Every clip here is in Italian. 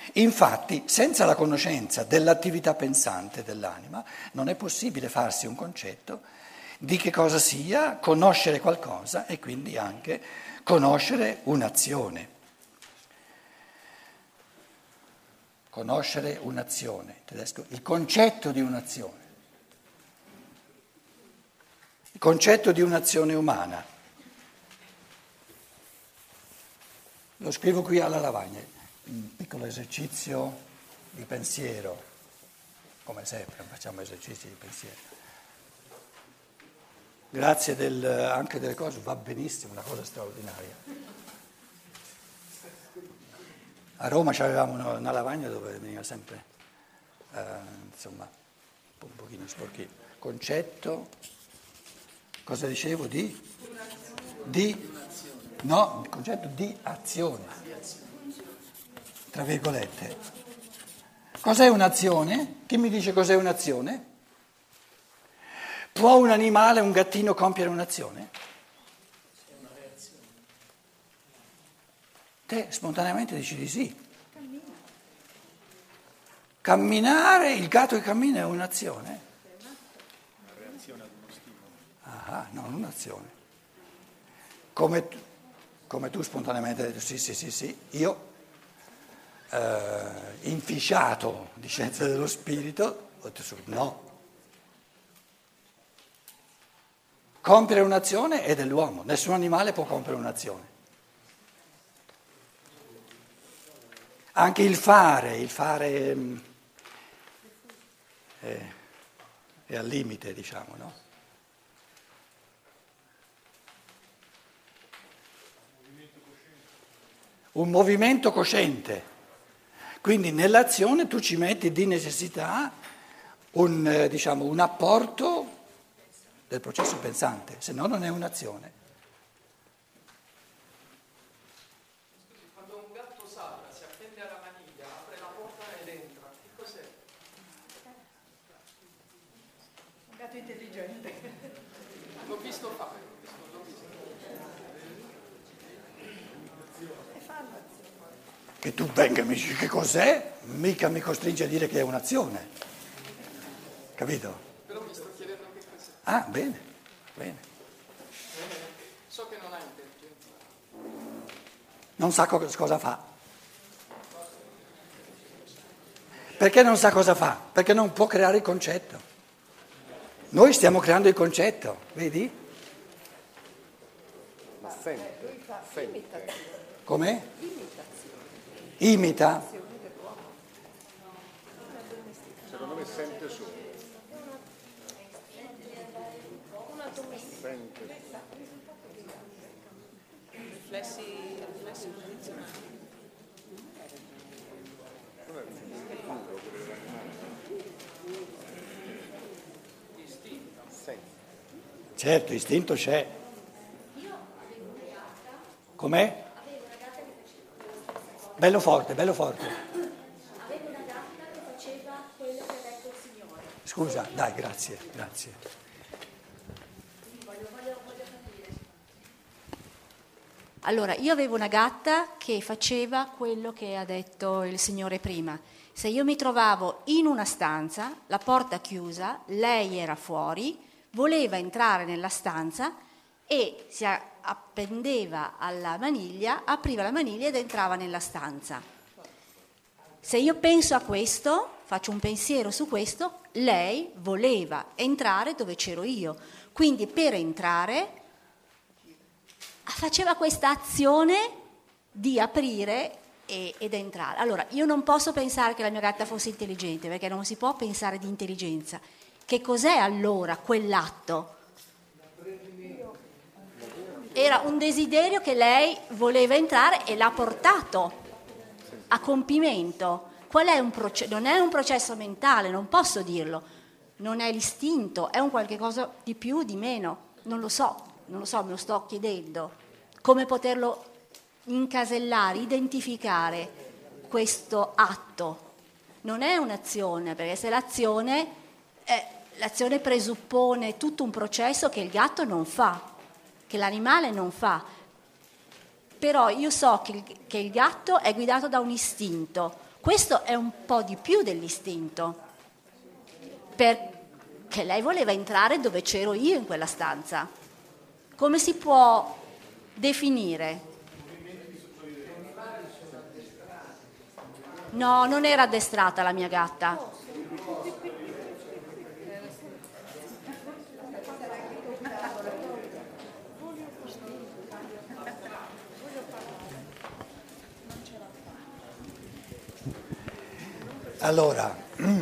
Infatti, senza la conoscenza dell'attività pensante dell'anima, non è possibile farsi un concetto di che cosa sia conoscere qualcosa e quindi anche conoscere un'azione. Conoscere un'azione, tedesco, il concetto di un'azione. Il concetto di un'azione umana. Lo scrivo qui alla lavagna, un piccolo esercizio di pensiero, come sempre facciamo esercizi di pensiero. Grazie anche delle cose, va benissimo, una cosa straordinaria. A Roma avevamo una lavagna dove veniva sempre, insomma, un pochino sporchino. Concetto, cosa dicevo? No, il concetto di azione, tra virgolette. Cos'è un'azione? Chi mi dice cos'è un'azione? Può un animale, un gattino compiere un'azione? È una reazione. Te spontaneamente dici di sì. Camminare, il gatto che cammina è un'azione? Una reazione ad uno stimolo. Ah, non un'azione. Come tu spontaneamente hai detto sì, io, inficiato di scienza dello spirito, ho detto no. Compiere un'azione è dell'uomo, nessun animale può compiere un'azione. Anche il fare è al limite, diciamo, no? Un movimento cosciente. Quindi nell'azione tu ci metti di necessità un apporto del processo pensante, se no non è un'azione. Scusi, quando un gatto salta, si appende alla maniglia, apre la porta ed entra, che cos'è? Un gatto intelligente. L'ho visto fare, l'ho visto. E fa l'azione. Che tu venga e mi dici che cos'è, mica mi costringe a dire che è un'azione. Capito? Però mi sto chiedendo che cos'è. Ah, bene. So che non ha intelligenza. Non sa cosa fa. Perché non sa cosa fa? Perché non può creare il concetto. Noi stiamo creando il concetto, vedi? Ma sente. Com'è? Imita? Secondo me sente solo. Sente. Riflessi condizionati. Non è puro per l'animale. Istinto. Sente. Certo, istinto c'è. Com'è? Bello forte. Avevo una gatta che faceva quello che ha detto il Signore. Scusa, dai, grazie. Voglio capire. Allora, io avevo una gatta che faceva quello che ha detto il Signore prima. Se io mi trovavo in una stanza, la porta chiusa, lei era fuori, voleva entrare nella stanza e si appendeva alla maniglia, apriva la maniglia ed entrava nella stanza. Se io penso a questo, faccio un pensiero su questo, lei voleva entrare dove c'ero io. Quindi per entrare faceva questa azione di aprire ed entrare. Allora, io non posso pensare che la mia gatta fosse intelligente, perché non si può pensare di intelligenza. Che cos'è allora quell'atto? Era un desiderio che lei voleva entrare e l'ha portato a compimento. Qual è non è un processo mentale, non posso dirlo. Non è l'istinto, è un qualche cosa di più, di meno. Non lo so, me lo sto chiedendo. Come poterlo incasellare, identificare questo atto? Non è un'azione, perché se l'azione presuppone tutto un processo che il gatto non fa, che l'animale non fa. Però io so che il gatto è guidato da un istinto. Questo è un po' di più dell'istinto, perché lei voleva entrare dove c'ero io in quella stanza. Come si può definire? No, non era addestrata la mia gatta. Allora,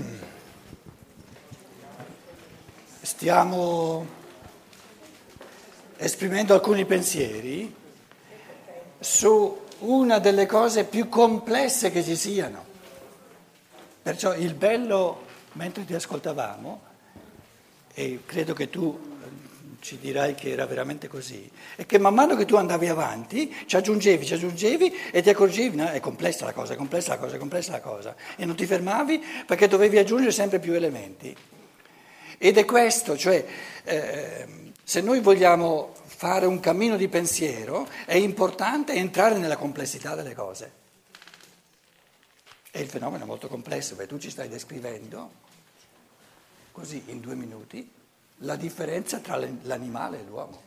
stiamo esprimendo alcuni pensieri su una delle cose più complesse che ci siano. Perciò il bello, mentre ti ascoltavamo, e credo che tu ci dirai che era veramente così, è che man mano che tu andavi avanti ci aggiungevi e ti accorgevi, no, è complessa la cosa, è complessa la cosa, è complessa la cosa, e non ti fermavi perché dovevi aggiungere sempre più elementi. Ed è questo, cioè se noi vogliamo fare un cammino di pensiero è importante entrare nella complessità delle cose. E il fenomeno è molto complesso, perché tu ci stai descrivendo, così in 2 minuti, la differenza tra l'animale e l'uomo.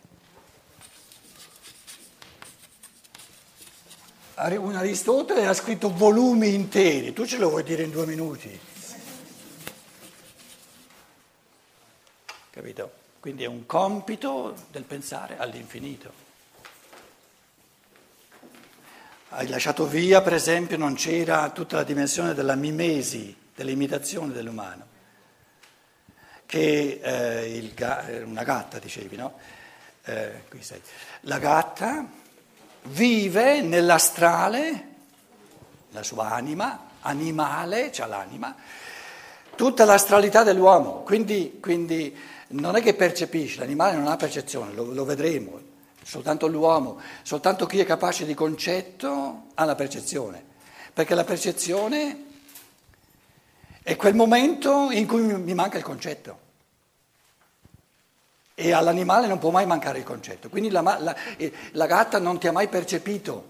Un Aristotele ha scritto volumi interi, tu ce lo vuoi dire in 2 minuti? Capito? Quindi è un compito del pensare all'infinito. Hai lasciato via, per esempio, non c'era tutta la dimensione della mimesi, dell'imitazione dell'umano, che una gatta, dicevi, no? Qui sei. La gatta vive nell'astrale, la sua anima, animale, c'ha l'anima, tutta l'astralità dell'uomo, quindi non è che percepisce, l'animale non ha percezione, lo vedremo, soltanto l'uomo, soltanto chi è capace di concetto ha la percezione, perché la percezione è quel momento in cui mi manca il concetto e all'animale non può mai mancare il concetto, quindi la gatta non ti ha mai percepito,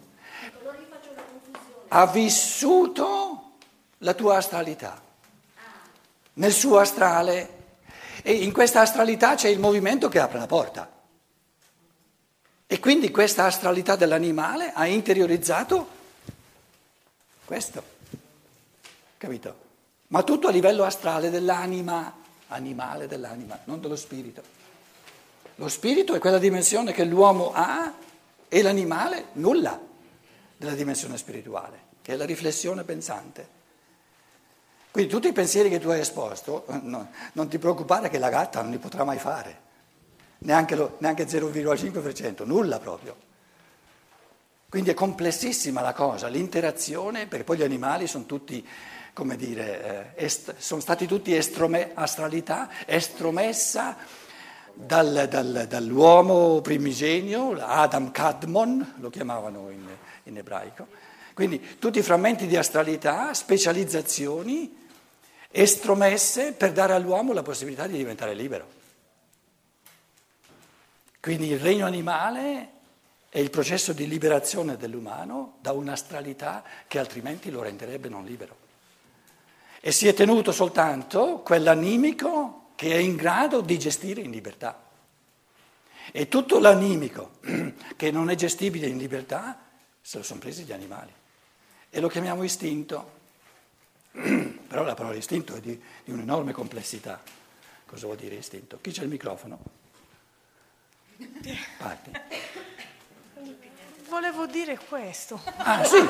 ha vissuto la tua astralità, nel suo astrale, e in questa astralità c'è il movimento che apre la porta. E quindi questa astralità dell'animale ha interiorizzato questo, capito? Ma tutto a livello astrale dell'anima, animale dell'anima, non dello spirito. Lo spirito è quella dimensione che l'uomo ha e l'animale nulla della dimensione spirituale, che è la riflessione pensante. Quindi tutti i pensieri che tu hai esposto, non ti preoccupare che la gatta non li potrà mai fare. Neanche 0,5%, nulla proprio. Quindi è complessissima la cosa, l'interazione, perché poi gli animali sono tutti, come dire, sono stati tutti astralità estromessa dall'uomo primigenio, Adam Kadmon, lo chiamavano in ebraico. Quindi tutti i frammenti di astralità, specializzazioni estromesse per dare all'uomo la possibilità di diventare libero. Quindi il regno animale è il processo di liberazione dell'umano da un'astralità che altrimenti lo renderebbe non libero. E si è tenuto soltanto quell'animico che è in grado di gestire in libertà. E tutto l'animico che non è gestibile in libertà se lo sono presi gli animali. E lo chiamiamo istinto. Però la parola istinto è di un'enorme complessità. Cosa vuol dire istinto? Chi c'ha il microfono? Parti. Volevo dire questo. Ah sì,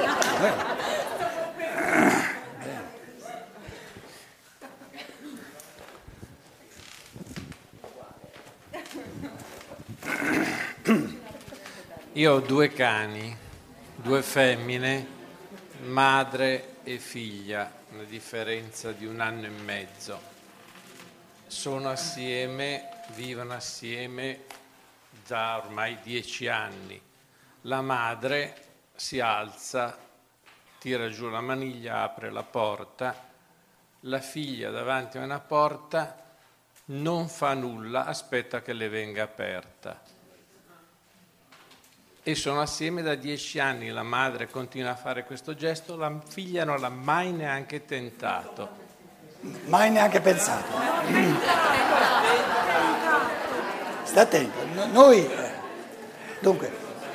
Io ho 2 cani, 2 femmine, madre e figlia, una differenza di 1 anno e mezzo. Sono assieme, vivono assieme da ormai 10 anni. La madre si alza, tira giù la maniglia, apre la porta, la figlia davanti a una porta non fa nulla, aspetta che le venga aperta. e sono assieme da 10 anni, la madre continua a fare questo gesto, la figlia non l'ha mai neanche tentato. Mai neanche pensato. Sta attento. Dunque,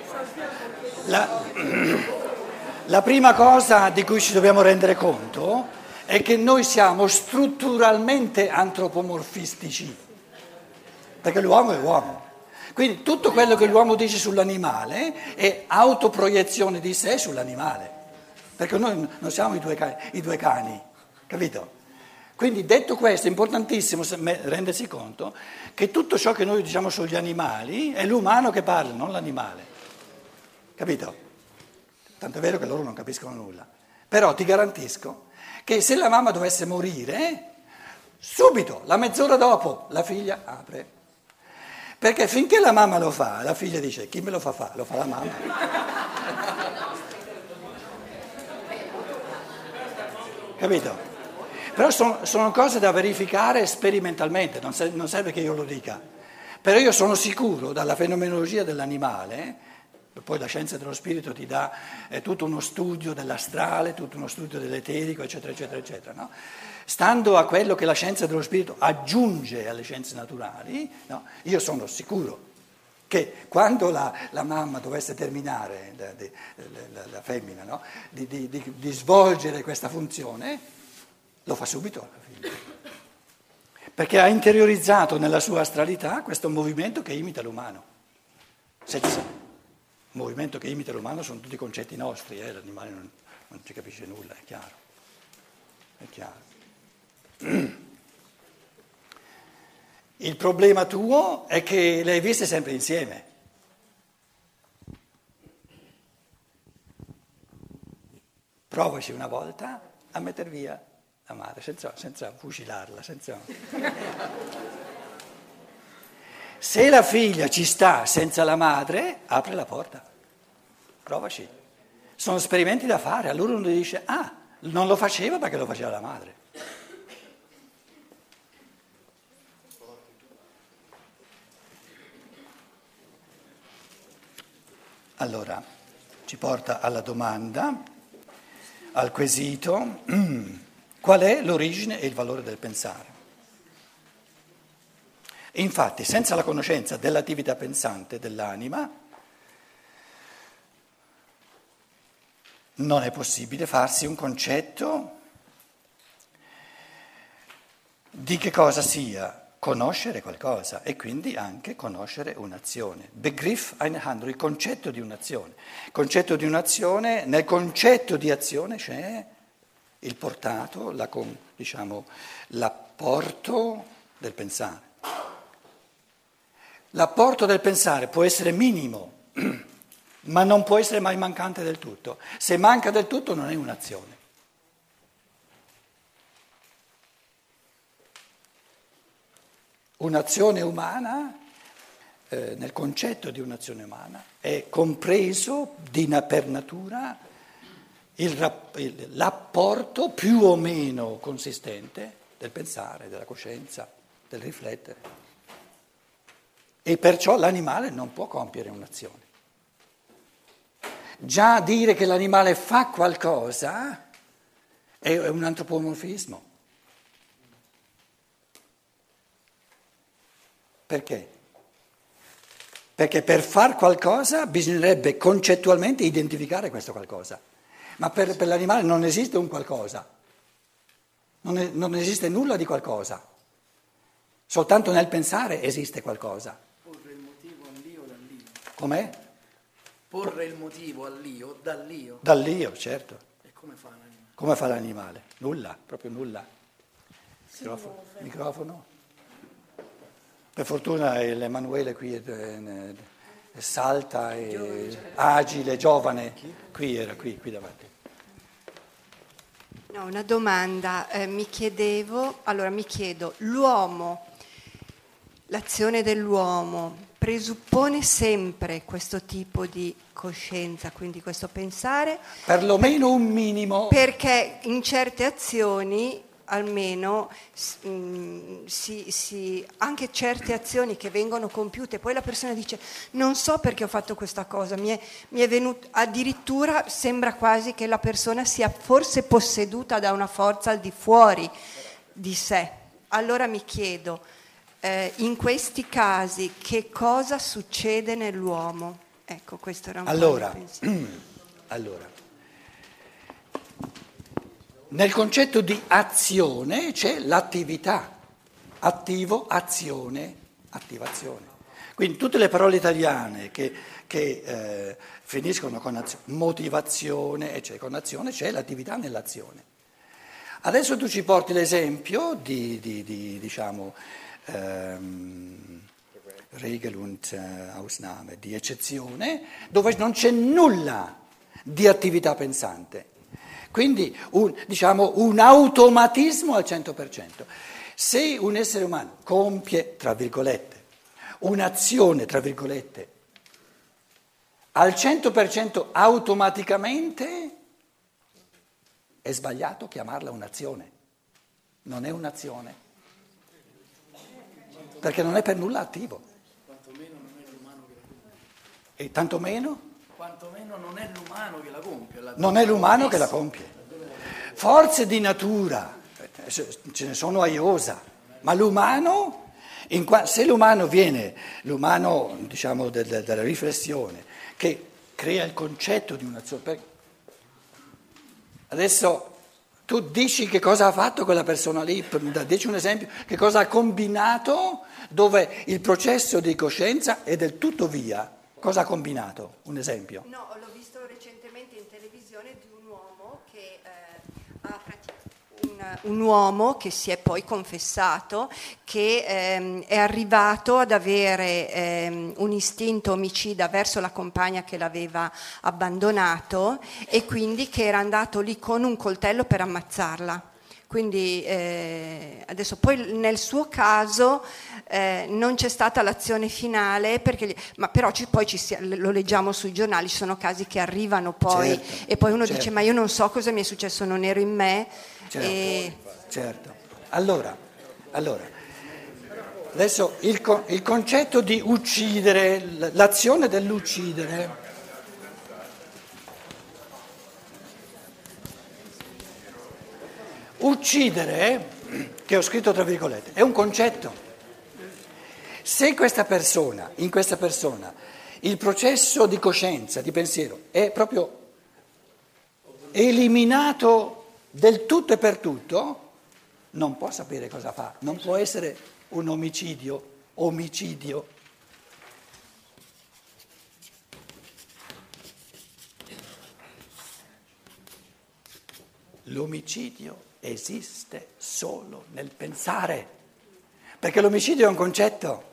la prima cosa di cui ci dobbiamo rendere conto è che noi siamo strutturalmente antropomorfistici, perché l'uomo è uomo. Quindi tutto quello che l'uomo dice sull'animale è autoproiezione di sé sull'animale, perché noi non siamo i due cani, capito? Quindi detto questo è importantissimo rendersi conto che tutto ciò che noi diciamo sugli animali è l'umano che parla, non l'animale, capito? Tanto è vero che loro non capiscono nulla. Però ti garantisco che se la mamma dovesse morire, subito, la mezz'ora dopo, la figlia apre. Perché finché la mamma lo fa, la figlia dice: chi me lo fa fare? Lo fa la mamma. Capito? Però sono cose da verificare sperimentalmente, non serve che io lo dica. Però io sono sicuro, dalla fenomenologia dell'animale, poi la scienza dello spirito ti dà tutto uno studio dell'astrale, tutto uno studio dell'eterico, eccetera, eccetera, eccetera, no? Stando a quello che la scienza dello spirito aggiunge alle scienze naturali, no? Io sono sicuro che quando la mamma dovesse terminare, la femmina, no? di svolgere questa funzione, lo fa subito alla figlia. Perché ha interiorizzato nella sua astralità questo movimento che imita l'umano. Movimento che imita l'umano sono tutti concetti nostri, l'animale non ci capisce nulla, è chiaro. È chiaro. Il problema tuo è che le hai viste sempre insieme. Provaci una volta a metter via la madre, senza fucilarla, Se la figlia ci sta senza la madre, apre la porta. Provaci. Sono esperimenti da fare. Allora uno dice: non lo faceva perché lo faceva la madre. Allora, ci porta alla domanda, al quesito: qual è l'origine e il valore del pensare? Infatti, senza la conoscenza dell'attività pensante dell'anima, non è possibile farsi un concetto di che cosa sia conoscere qualcosa e quindi anche conoscere un'azione. Begriff eine Handlung, il concetto di un'azione. Concetto di un'azione, nel concetto di azione c'è il portato, l'apporto del pensare. L'apporto del pensare può essere minimo, ma non può essere mai mancante del tutto. Se manca del tutto non è un'azione. Un'azione umana, nel concetto di un'azione umana, è compreso per natura l'apporto più o meno consistente del pensare, della coscienza, del riflettere. E perciò l'animale non può compiere un'azione. Già dire che l'animale fa qualcosa è un antropomorfismo. Perché? Perché per far qualcosa bisognerebbe concettualmente identificare questo qualcosa. Ma per l'animale non esiste un qualcosa, non esiste nulla di qualcosa. Soltanto nel pensare esiste qualcosa. Porre il motivo all'io dall'io. Com'è? Porre il motivo all'io dall'io. Dall'io, certo. E come fa l'animale? Come fa l'animale? Nulla, proprio nulla. Microfono? Per fortuna l'Emanuele qui salta, è agile, giovane. Qui davanti. No, una domanda. Mi chiedo, l'uomo, l'azione dell'uomo presuppone sempre questo tipo di coscienza, quindi questo pensare? Perlomeno un minimo. Perché in certe azioni almeno anche certe azioni che vengono compiute, poi la persona dice non so perché ho fatto questa cosa, mi è venuto, addirittura sembra quasi che la persona sia forse posseduta da una forza al di fuori di sé. Allora mi chiedo, in questi casi che cosa succede nell'uomo? Ecco, questo era un po' il pensiero. Allora, nel concetto di azione c'è l'attività, attivo, azione, attivazione. Quindi tutte le parole italiane che finiscono con motivazione, eccetera, con azione, c'è l'attività nell'azione. Adesso tu ci porti l'esempio diciamo, Regel und Ausnahme, di eccezione, dove non c'è nulla di attività pensante. Quindi un automatismo al 100%. Se un essere umano compie, tra virgolette, un'azione, tra virgolette, al 100% automaticamente, è sbagliato chiamarla un'azione. Non è un'azione. Perché non è per nulla attivo. Quantomeno non è l'umano che la compie. E tanto meno? Quantomeno non è l'umano che la compie. Non è l'umano che la compie. Forze di natura, ce ne sono a iosa, ma l'umano, se l'umano viene, l'umano diciamo della riflessione, che crea il concetto di un'azione. Adesso tu dici che cosa ha fatto quella persona lì, dici un esempio, che cosa ha combinato dove il processo di coscienza è del tutto via. Cosa ha combinato? Un esempio? No, l'ho visto recentemente in televisione di un uomo che un uomo che si è poi confessato che è arrivato ad avere un istinto omicida verso la compagna che l'aveva abbandonato e quindi che era andato lì con un coltello per ammazzarla. Quindi adesso poi nel suo caso non c'è stata l'azione finale, ma però lo leggiamo sui giornali, ci sono casi che arrivano poi e poi uno dice ma io non so cosa mi è successo, non ero in me. Certo. Allora, adesso il concetto di uccidere, l'azione dell'uccidere. Uccidere, che ho scritto tra virgolette, è un concetto. Se in questa persona, il processo di coscienza, di pensiero, è proprio eliminato del tutto e per tutto, non può sapere cosa fa, non può essere un omicidio. L'omicidio esiste solo nel pensare, perché l'omicidio è un concetto.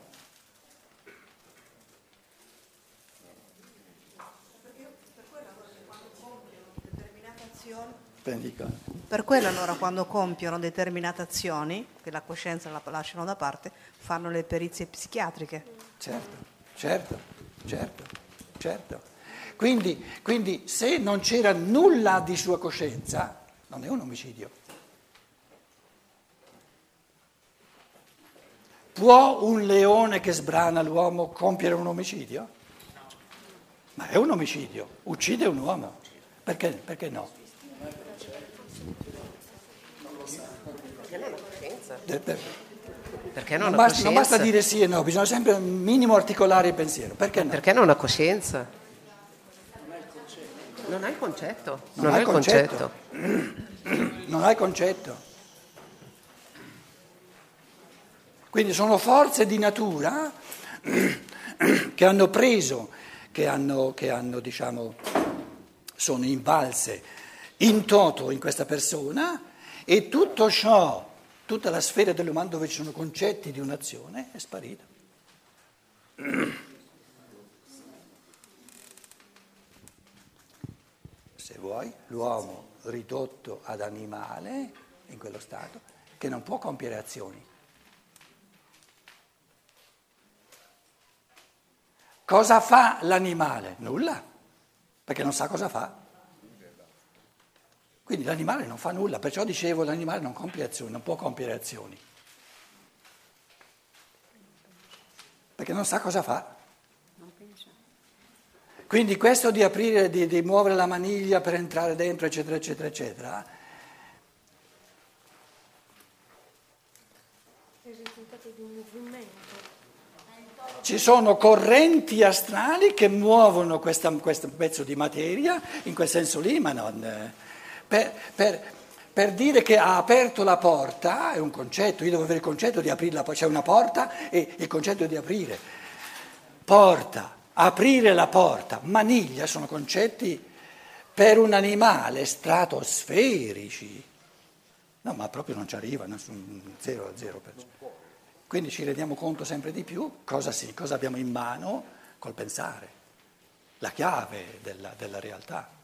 Per quello allora quando compiono determinate azioni, che la coscienza la lasciano da parte, fanno le perizie psichiatriche. Certo. Quindi se non c'era nulla di sua coscienza, non è un omicidio. Può un leone che sbrana l'uomo compiere un omicidio? Ma è un omicidio, uccide un uomo. Perché no? Perché non ha coscienza? Non basta dire sì e no, bisogna sempre un minimo articolare il pensiero. Perché no? Perché non ha coscienza? Non ha il concetto. Non ha il concetto. Non ha il concetto. Quindi sono forze di natura che hanno preso, che hanno diciamo, sono invalse in toto in questa persona e tutto ciò, tutta la sfera dell'umano dove ci sono concetti di un'azione è sparita. Se vuoi, l'uomo ridotto ad animale, in quello stato, che non può compiere azioni. Cosa fa l'animale? Nulla, perché non sa cosa fa. Quindi l'animale non fa nulla, perciò dicevo l'animale non compie azioni, non può compiere azioni. Perché non sa cosa fa. Quindi questo di aprire, di muovere la maniglia per entrare dentro, eccetera, eccetera, eccetera, è il risultato di un movimento. ci sono correnti astrali che muovono questo pezzo di materia, in quel senso lì, ma non... Per dire che ha aperto la porta è un concetto, io devo avere il concetto di aprirla, poi c'è una porta e il concetto di aprire. Porta, aprire la porta, maniglia sono concetti per un animale stratosferici. No, ma proprio non ci arriva, 0%. Quindi ci rendiamo conto sempre di più cosa abbiamo in mano col pensare, la chiave della realtà.